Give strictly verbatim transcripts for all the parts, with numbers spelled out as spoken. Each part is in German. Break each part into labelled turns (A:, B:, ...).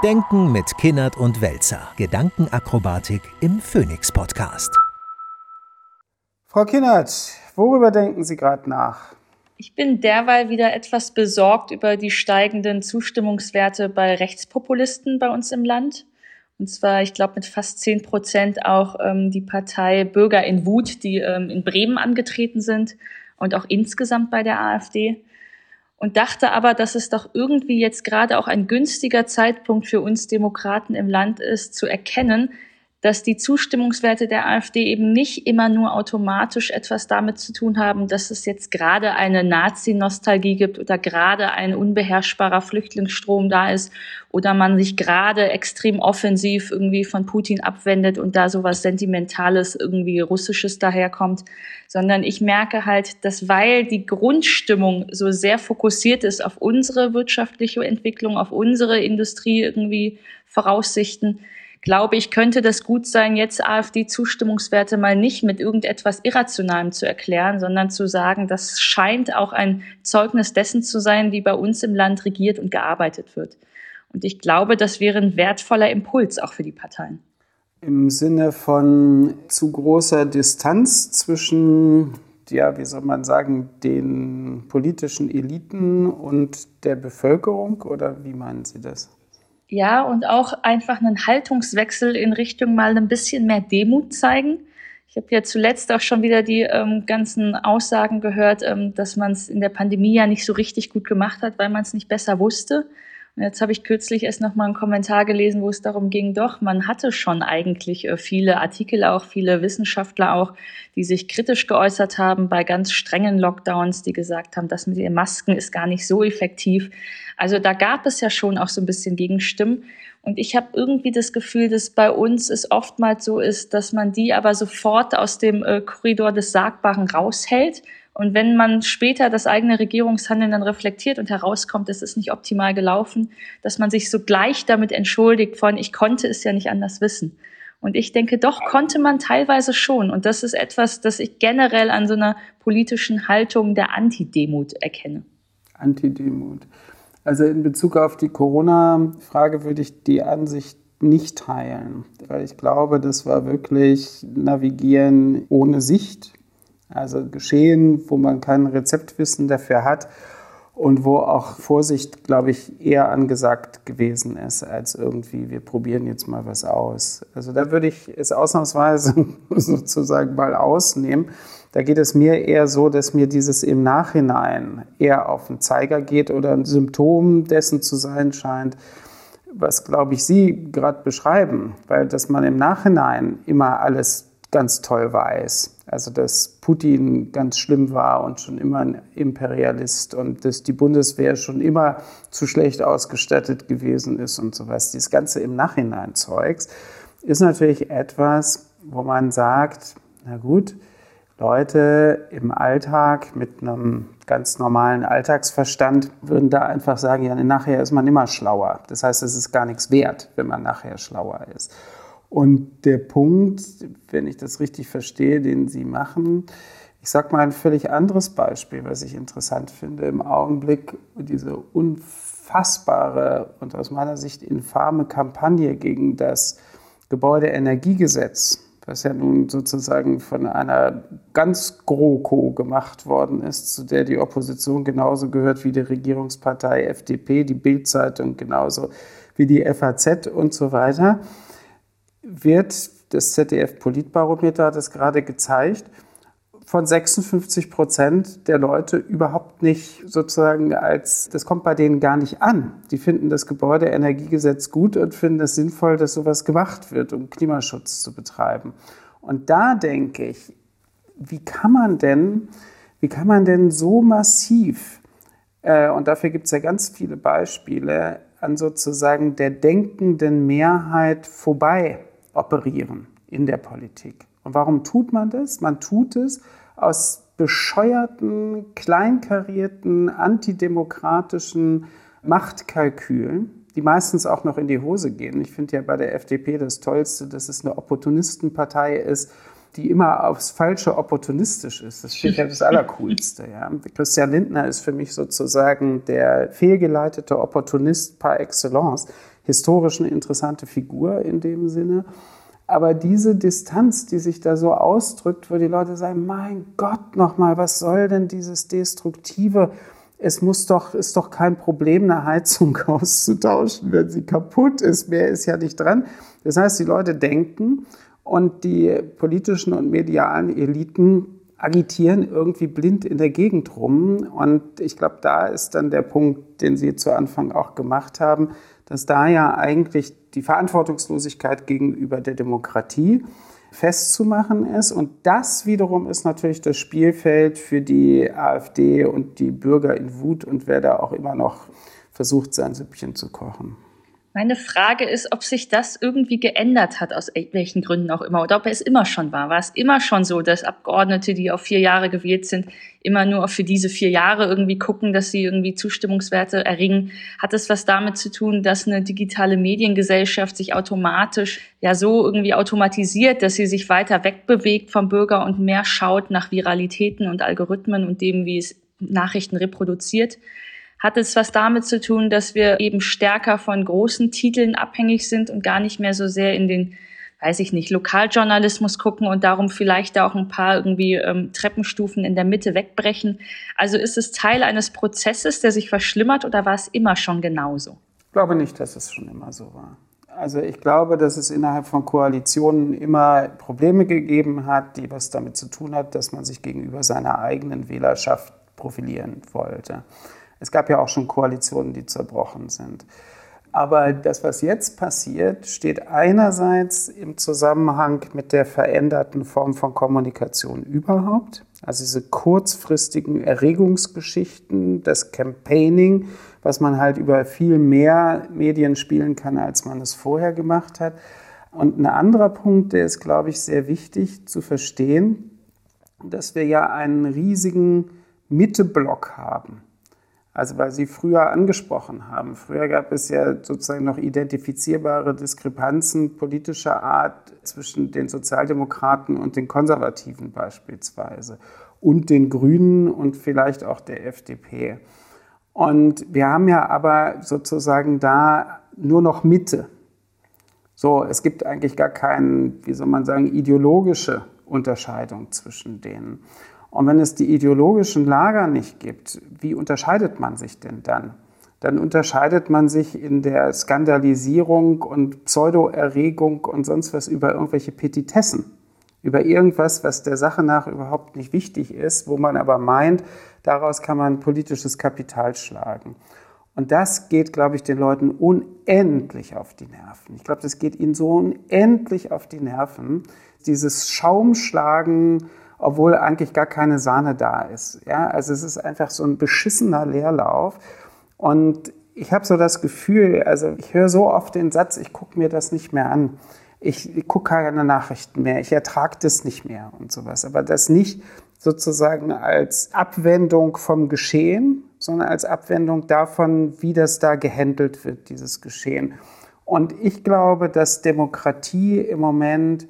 A: Denken mit Kinnert und Welzer. Gedankenakrobatik im Phoenix-Podcast.
B: Frau Kinnert, worüber denken Sie gerade nach?
C: Ich bin derweil wieder etwas besorgt über die steigenden Zustimmungswerte bei Rechtspopulisten bei uns im Land. Und zwar, ich glaube, mit fast zehn Prozent auch ähm, die Partei Bürger in Wut, die ähm, in Bremen angetreten sind und auch insgesamt bei der AfD. Und dachte aber, dass es doch irgendwie jetzt gerade auch ein günstiger Zeitpunkt für uns Demokraten im Land ist, zu erkennen, dass die Zustimmungswerte der AfD eben nicht immer nur automatisch etwas damit zu tun haben, dass es jetzt gerade eine Nazi-Nostalgie gibt oder gerade ein unbeherrschbarer Flüchtlingsstrom da ist oder man sich gerade extrem offensiv irgendwie von Putin abwendet und da sowas Sentimentales, irgendwie Russisches daherkommt, sondern ich merke halt, dass weil die Grundstimmung so sehr fokussiert ist auf unsere wirtschaftliche Entwicklung, auf unsere Industrie irgendwie Voraussichten, glaube ich, könnte das gut sein, jetzt AfD-Zustimmungswerte mal nicht mit irgendetwas Irrationalem zu erklären, sondern zu sagen, das scheint auch ein Zeugnis dessen zu sein, wie bei uns im Land regiert und gearbeitet wird. Und ich glaube, das wäre ein wertvoller Impuls auch für die Parteien.
B: Im Sinne von zu großer Distanz zwischen, ja, wie soll man sagen, den politischen Eliten und der Bevölkerung, oder wie meinen Sie das?
C: Ja, und auch einfach einen Haltungswechsel in Richtung mal ein bisschen mehr Demut zeigen. Ich habe ja zuletzt auch schon wieder die ähm, ganzen Aussagen gehört, ähm, dass man es in der Pandemie ja nicht so richtig gut gemacht hat, weil man es nicht besser wusste. Und jetzt habe ich kürzlich erst noch mal einen Kommentar gelesen, wo es darum ging, doch, man hatte schon eigentlich äh, viele Artikel auch, viele Wissenschaftler auch, die sich kritisch geäußert haben bei ganz strengen Lockdowns, die gesagt haben, das mit den Masken ist gar nicht so effektiv. Also da gab es ja schon auch so ein bisschen Gegenstimmen. Und ich habe irgendwie das Gefühl, dass bei uns es oftmals so ist, dass man die aber sofort aus dem äh, Korridor des Sagbaren raushält. Und wenn man später das eigene Regierungshandeln dann reflektiert und herauskommt, es ist nicht optimal gelaufen, dass man sich sogleich damit entschuldigt von, ich konnte es ja nicht anders wissen. Und ich denke, doch konnte man teilweise schon. Und das ist etwas, das ich generell an so einer politischen Haltung der Antidemut erkenne.
B: Antidemut. Also in Bezug auf die Corona-Frage würde ich die Ansicht nicht teilen, weil ich glaube, das war wirklich Navigieren ohne Sicht. Also Geschehen, wo man kein Rezeptwissen dafür hat und wo auch Vorsicht, glaube ich, eher angesagt gewesen ist, als irgendwie, wir probieren jetzt mal was aus. Also da würde ich es ausnahmsweise sozusagen mal ausnehmen. Da geht es mir eher so, dass mir dieses im Nachhinein eher auf den Zeiger geht oder ein Symptom dessen zu sein scheint, was, glaube ich, Sie gerade beschreiben, weil dass man im Nachhinein immer alles ganz toll weiß. Also dass Putin ganz schlimm war und schon immer ein Imperialist und dass die Bundeswehr schon immer zu schlecht ausgestattet gewesen ist und sowas. Dieses ganze im Nachhinein Zeugs ist natürlich etwas, wo man sagt, na gut, Leute im Alltag mit einem ganz normalen Alltagsverstand würden da einfach sagen, ja, nachher ist man immer schlauer. Das heißt, es ist gar nichts wert, wenn man nachher schlauer ist. Und der Punkt, wenn ich das richtig verstehe, den Sie machen, ich sage mal ein völlig anderes Beispiel, was ich interessant finde im Augenblick, diese unfassbare und aus meiner Sicht infame Kampagne gegen das Gebäudeenergiegesetz, was ja nun sozusagen von einer ganz GroKo gemacht worden ist, zu der die Opposition genauso gehört wie die Regierungspartei F D P, die Bild-Zeitung genauso wie die F A Z und so weiter, wird, das Z D F-Politbarometer hat es gerade gezeigt, von sechsundfünfzig Prozent der Leute überhaupt nicht sozusagen als, das kommt bei denen gar nicht an. Die finden das Gebäudeenergiegesetz gut und finden es sinnvoll, dass sowas gemacht wird, um Klimaschutz zu betreiben. Und da denke ich, wie kann man denn, wie kann man denn so massiv, äh, und dafür gibt es ja ganz viele Beispiele, an sozusagen der denkenden Mehrheit vorbei operieren in der Politik. Und warum tut man das? Man tut es aus bescheuerten, kleinkarierten, antidemokratischen Machtkalkülen, die meistens auch noch in die Hose gehen. Ich finde ja bei der F D P das Tollste, dass es eine Opportunistenpartei ist, die immer aufs Falsche opportunistisch ist. Das finde ich ja das Allercoolste. Ja. Christian Lindner ist für mich sozusagen der fehlgeleitete Opportunist par excellence. historisch eine interessante Figur in dem Sinne. Aber diese Distanz, die sich da so ausdrückt, wo die Leute sagen, mein Gott, nochmal, was soll denn dieses Destruktive? Es muss doch, ist doch kein Problem, eine Heizung auszutauschen, wenn sie kaputt ist. Mehr ist ja nicht dran. Das heißt, die Leute denken und die politischen und medialen Eliten agitieren irgendwie blind in der Gegend rum. Und ich glaube, da ist dann der Punkt, den Sie zu Anfang auch gemacht haben, dass da ja eigentlich die Verantwortungslosigkeit gegenüber der Demokratie festzumachen ist. Und das wiederum ist natürlich das Spielfeld für die AfD und die Bürger in Wut und wer da auch immer noch versucht, sein Süppchen zu kochen.
C: Meine Frage ist, ob sich das irgendwie geändert hat, aus welchen Gründen auch immer, oder ob es immer schon war. War es immer schon so, dass Abgeordnete, die auf vier Jahre gewählt sind, immer nur für diese vier Jahre irgendwie gucken, dass sie irgendwie Zustimmungswerte erringen? Hat es was damit zu tun, dass eine digitale Mediengesellschaft sich automatisch ja so irgendwie automatisiert, dass sie sich weiter wegbewegt vom Bürger und mehr schaut nach Viralitäten und Algorithmen und dem, wie es Nachrichten reproduziert? Hat es was damit zu tun, dass wir eben stärker von großen Titeln abhängig sind und gar nicht mehr so sehr in den, weiß ich nicht, Lokaljournalismus gucken und darum vielleicht auch ein paar irgendwie ähm, Treppenstufen in der Mitte wegbrechen? Also ist es Teil eines Prozesses, der sich verschlimmert, oder war es immer schon genauso?
B: Ich glaube nicht, dass es schon immer so war. Also ich glaube, dass es innerhalb von Koalitionen immer Probleme gegeben hat, die was damit zu tun hat, dass man sich gegenüber seiner eigenen Wählerschaft profilieren wollte. Es gab ja auch schon Koalitionen, die zerbrochen sind. Aber das, was jetzt passiert, steht einerseits im Zusammenhang mit der veränderten Form von Kommunikation überhaupt. Also diese kurzfristigen Erregungsgeschichten, das Campaigning, was man halt über viel mehr Medien spielen kann, als man es vorher gemacht hat. Und ein anderer Punkt, der ist, glaube ich, sehr wichtig zu verstehen, dass wir ja einen riesigen Mitteblock haben. Also weil Sie früher angesprochen haben. Früher gab es ja sozusagen noch identifizierbare Diskrepanzen politischer Art zwischen den Sozialdemokraten und den Konservativen beispielsweise und den Grünen und vielleicht auch der F D P. Und wir haben ja aber sozusagen da nur noch Mitte. So, es gibt eigentlich gar keine, wie soll man sagen, ideologische Unterscheidung zwischen denen. Und wenn es die ideologischen Lager nicht gibt, wie unterscheidet man sich denn dann? Dann unterscheidet man sich in der Skandalisierung und Pseudoerregung und sonst was über irgendwelche Petitessen, über irgendwas, was der Sache nach überhaupt nicht wichtig ist, wo man aber meint, daraus kann man politisches Kapital schlagen. Und das geht, glaube ich, den Leuten unendlich auf die Nerven. Ich glaube, das geht ihnen so unendlich auf die Nerven, dieses Schaumschlagen, obwohl eigentlich gar keine Sahne da ist. Ja, also es ist einfach so ein beschissener Leerlauf. Und ich habe so das Gefühl, also ich höre so oft den Satz, ich gucke mir das nicht mehr an. Ich, ich gucke keine Nachrichten mehr, ich ertrage das nicht mehr und sowas. Aber das nicht sozusagen als Abwendung vom Geschehen, sondern als Abwendung davon, wie das da gehandelt wird, dieses Geschehen. Und ich glaube, dass Demokratie im Moment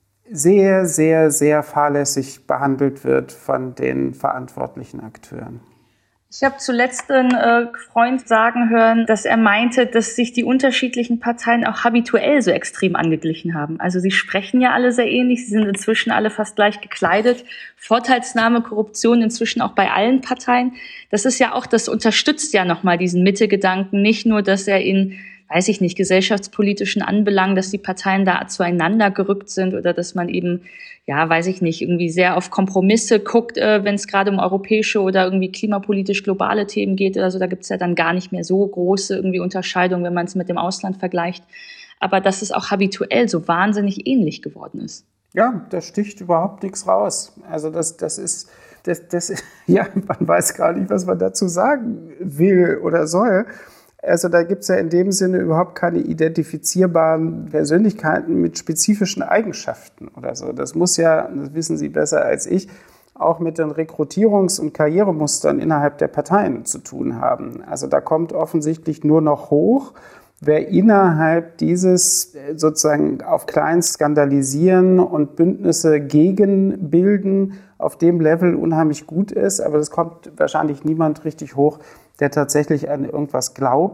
B: sehr, sehr, sehr fahrlässig behandelt wird von den verantwortlichen Akteuren.
C: Ich habe zuletzt einen äh, Freund sagen hören, dass er meinte, dass sich die unterschiedlichen Parteien auch habituell so extrem angeglichen haben. Also sie sprechen ja alle sehr ähnlich, sie sind inzwischen alle fast gleich gekleidet. Vorteilsnahme, Korruption inzwischen auch bei allen Parteien. Das ist ja auch, das unterstützt ja nochmal diesen Mitte-Gedanken. Nicht nur, dass er in, weiß ich nicht, gesellschaftspolitischen Anbelangen, dass die Parteien da zueinander gerückt sind oder dass man eben, ja, weiß ich nicht, irgendwie sehr auf Kompromisse guckt, äh, wenn es gerade um europäische oder irgendwie klimapolitisch globale Themen geht. Also da gibt es ja dann gar nicht mehr so große irgendwie Unterscheidungen, wenn man es mit dem Ausland vergleicht. Aber dass es auch habituell so wahnsinnig ähnlich geworden ist.
B: Ja, da sticht überhaupt nichts raus. Also das, das ist, das, das, ja, man weiß gar nicht, was man dazu sagen will oder soll. Also da gibt es ja in dem Sinne überhaupt keine identifizierbaren Persönlichkeiten mit spezifischen Eigenschaften oder so. Das muss ja, das wissen Sie besser als ich, auch mit den Rekrutierungs- und Karrieremustern innerhalb der Parteien zu tun haben. Also da kommt offensichtlich nur noch hoch, wer innerhalb dieses sozusagen auf Kleinst skandalisieren und Bündnisse gegen bilden auf dem Level unheimlich gut ist. Aber das kommt wahrscheinlich niemand richtig hoch, der tatsächlich an irgendwas glaubt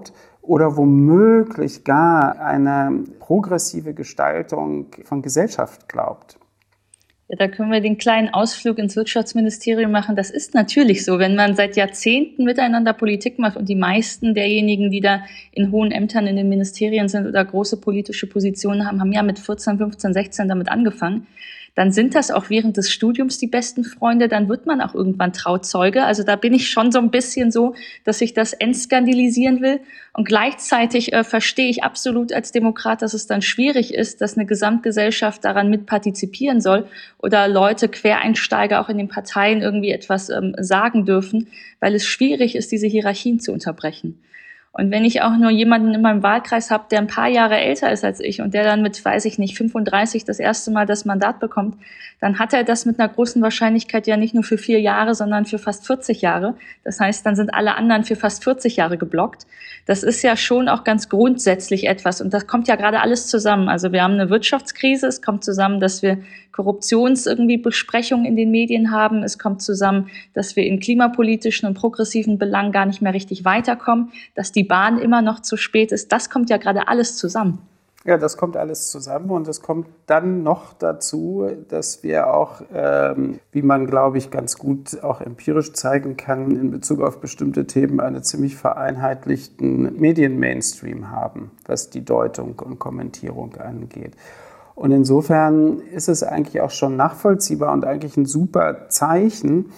B: oder womöglich gar eine progressive Gestaltung von Gesellschaft glaubt.
C: Ja, da können wir den kleinen Ausflug ins Wirtschaftsministerium machen. Das ist natürlich so, wenn man seit Jahrzehnten miteinander Politik macht und die meisten derjenigen, die da in hohen Ämtern in den Ministerien sind oder große politische Positionen haben, haben ja mit vierzehn, fünfzehn, sechzehn damit angefangen. Dann sind das auch während des Studiums die besten Freunde, dann wird man auch irgendwann Trauzeuge. Also da bin ich schon so ein bisschen so, dass ich das entskandalisieren will. Und gleichzeitig äh, verstehe ich absolut als Demokrat, dass es dann schwierig ist, dass eine Gesamtgesellschaft daran mitpartizipieren soll oder Leute, Quereinsteiger auch in den Parteien irgendwie etwas ähm, sagen dürfen, weil es schwierig ist, diese Hierarchien zu unterbrechen. Und wenn ich auch nur jemanden in meinem Wahlkreis habe, der ein paar Jahre älter ist als ich und der dann mit, weiß ich nicht, fünfunddreißig das erste Mal das Mandat bekommt, dann hat er das mit einer großen Wahrscheinlichkeit ja nicht nur für vier Jahre, sondern für fast vierzig Jahre. Das heißt, dann sind alle anderen für fast vierzig Jahre geblockt. Das ist ja schon auch ganz grundsätzlich etwas und das kommt ja gerade alles zusammen. Also wir haben eine Wirtschaftskrise, es kommt zusammen, dass wir Korruptions irgendwie Besprechungen in den Medien haben. Es kommt zusammen, dass wir in klimapolitischen und progressiven Belangen gar nicht mehr richtig weiterkommen, dass die Bahn immer noch zu spät ist. Das kommt ja gerade alles zusammen.
B: Ja, das kommt alles zusammen und es kommt dann noch dazu, dass wir auch, ähm, wie man, glaube ich, ganz gut auch empirisch zeigen kann, in Bezug auf bestimmte Themen einen ziemlich vereinheitlichten Medien-Mainstream haben, was die Deutung und Kommentierung angeht. Und insofern ist es eigentlich auch schon nachvollziehbar und eigentlich ein super Zeichen,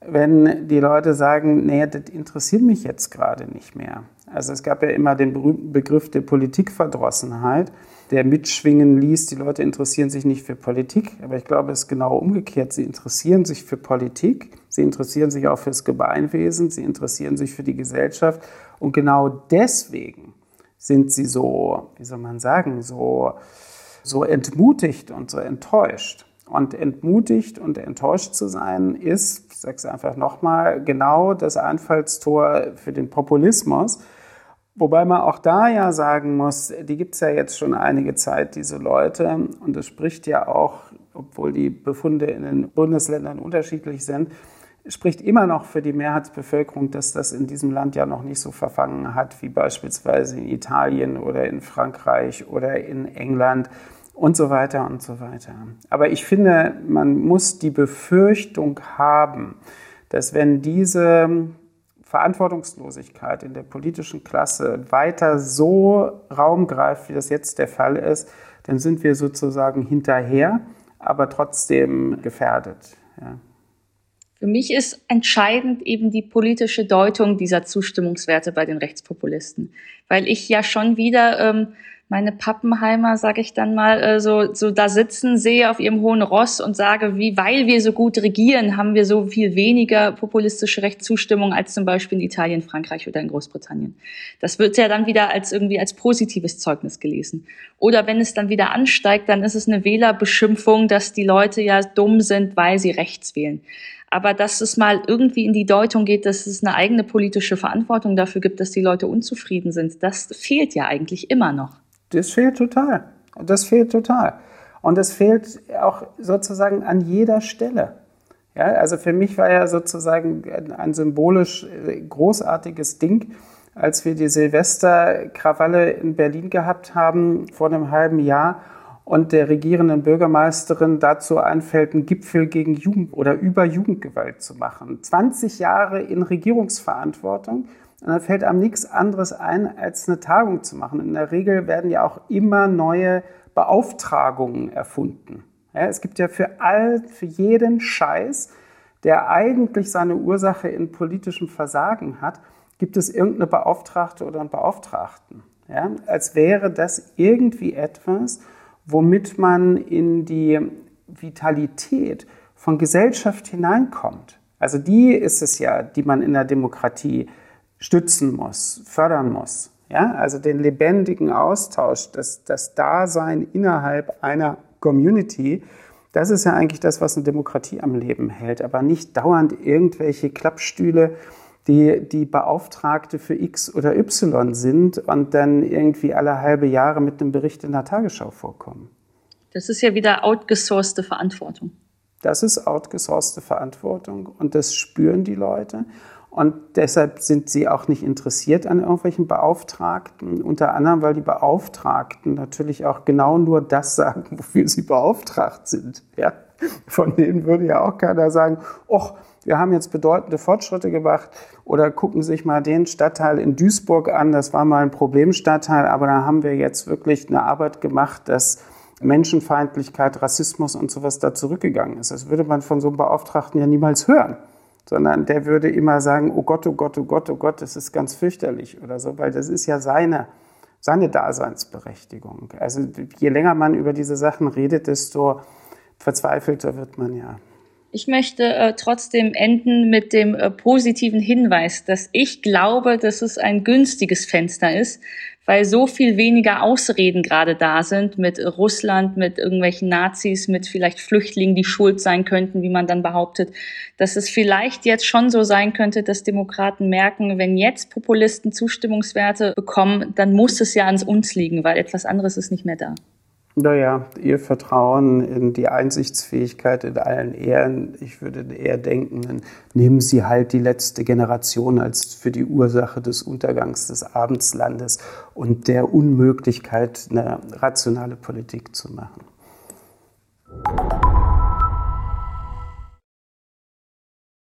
B: wenn die Leute sagen, nee, das interessiert mich jetzt gerade nicht mehr. Also es gab ja immer den berühmten Begriff der Politikverdrossenheit, der mitschwingen ließ, die Leute interessieren sich nicht für Politik, aber ich glaube, es ist genau umgekehrt. Sie interessieren sich für Politik, sie interessieren sich auch fürs Gemeinwesen, sie interessieren sich für die Gesellschaft und genau deswegen sind sie so, wie soll man sagen, so, so entmutigt und so enttäuscht. Und entmutigt und enttäuscht zu sein ist, ich sage es einfach nochmal, genau das Einfallstor für den Populismus. Wobei man auch da ja sagen muss, die gibt es ja jetzt schon einige Zeit, diese Leute. Und es spricht ja auch, obwohl die Befunde in den Bundesländern unterschiedlich sind, spricht immer noch für die Mehrheitsbevölkerung, dass das in diesem Land ja noch nicht so verfangen hat, wie beispielsweise in Italien oder in Frankreich oder in England. Und so weiter und so weiter. Aber ich finde, man muss die Befürchtung haben, dass wenn diese Verantwortungslosigkeit in der politischen Klasse weiter so Raum greift, wie das jetzt der Fall ist, dann sind wir sozusagen hinterher, aber trotzdem gefährdet. Ja.
C: Für mich ist entscheidend eben die politische Deutung dieser Zustimmungswerte bei den Rechtspopulisten, weil ich ja schon wieder ähm, meine Pappenheimer, sage ich dann mal, äh, so, so da sitzen, sehe auf ihrem hohen Ross und sage, wie, weil wir so gut regieren, haben wir so viel weniger populistische Rechtszustimmung als zum Beispiel in Italien, Frankreich oder in Großbritannien. Das wird ja dann wieder als irgendwie als positives Zeugnis gelesen. Oder wenn es dann wieder ansteigt, dann ist es eine Wählerbeschimpfung, dass die Leute ja dumm sind, weil sie rechts wählen. Aber dass es mal irgendwie in die Deutung geht, dass es eine eigene politische Verantwortung dafür gibt, dass die Leute unzufrieden sind, das fehlt ja eigentlich immer noch.
B: Das fehlt total. Das fehlt total. Und das fehlt auch sozusagen an jeder Stelle. Ja, also für mich war ja sozusagen ein symbolisch großartiges Ding, als wir die Silvesterkrawalle in Berlin gehabt haben vor einem halben Jahr und der regierenden Bürgermeisterin dazu einfällt, einen Gipfel gegen Jugend oder über Jugendgewalt zu machen. zwanzig Jahre in Regierungsverantwortung. Und dann fällt einem nichts anderes ein, als eine Tagung zu machen. In der Regel werden ja auch immer neue Beauftragungen erfunden. Ja, es gibt ja für all, für jeden Scheiß, der eigentlich seine Ursache in politischem Versagen hat, gibt es irgendeine Beauftragte oder einen Beauftragten. Ja, als wäre das irgendwie etwas, womit man in die Vitalität von Gesellschaft hineinkommt. Also die ist es ja, die man in der Demokratie stützen muss, fördern muss. Ja, also den lebendigen Austausch, das, das Dasein innerhalb einer Community, das ist ja eigentlich das, was eine Demokratie am Leben hält, aber nicht dauernd irgendwelche Klappstühle, die die Beauftragte für X oder Y sind und dann irgendwie alle halbe Jahre mit einem Bericht in der Tagesschau vorkommen.
C: Das ist ja wieder outgesourcete Verantwortung.
B: Das ist outgesourcete Verantwortung und das spüren die Leute. Und deshalb sind sie auch nicht interessiert an irgendwelchen Beauftragten, unter anderem, weil die Beauftragten natürlich auch genau nur das sagen, wofür sie beauftragt sind. Ja? Von denen würde ja auch keiner sagen, ach, wir haben jetzt bedeutende Fortschritte gemacht oder gucken Sie sich mal den Stadtteil in Duisburg an, das war mal ein Problemstadtteil, aber da haben wir jetzt wirklich eine Arbeit gemacht, dass Menschenfeindlichkeit, Rassismus und sowas da zurückgegangen ist. Das würde man von so einem Beauftragten ja niemals hören, sondern der würde immer sagen, oh Gott, oh Gott, oh Gott, oh Gott, das ist ganz fürchterlich oder so, weil das ist ja seine, seine Daseinsberechtigung. Also je länger man über diese Sachen redet, desto verzweifelter wird man ja.
C: Ich möchte äh, trotzdem enden mit dem äh, positiven Hinweis, dass ich glaube, dass es ein günstiges Fenster ist, weil so viel weniger Ausreden gerade da sind mit Russland, mit irgendwelchen Nazis, mit vielleicht Flüchtlingen, die schuld sein könnten, wie man dann behauptet, dass es vielleicht jetzt schon so sein könnte, dass Demokraten merken, wenn jetzt Populisten Zustimmungswerte bekommen, dann muss es ja an uns liegen, weil etwas anderes ist nicht mehr da.
B: Naja, Ihr Vertrauen in die Einsichtsfähigkeit in allen Ehren. Ich würde eher denken, nehmen Sie halt die letzte Generation als für die Ursache des Untergangs des Abendslandes und der Unmöglichkeit, eine rationale Politik zu machen.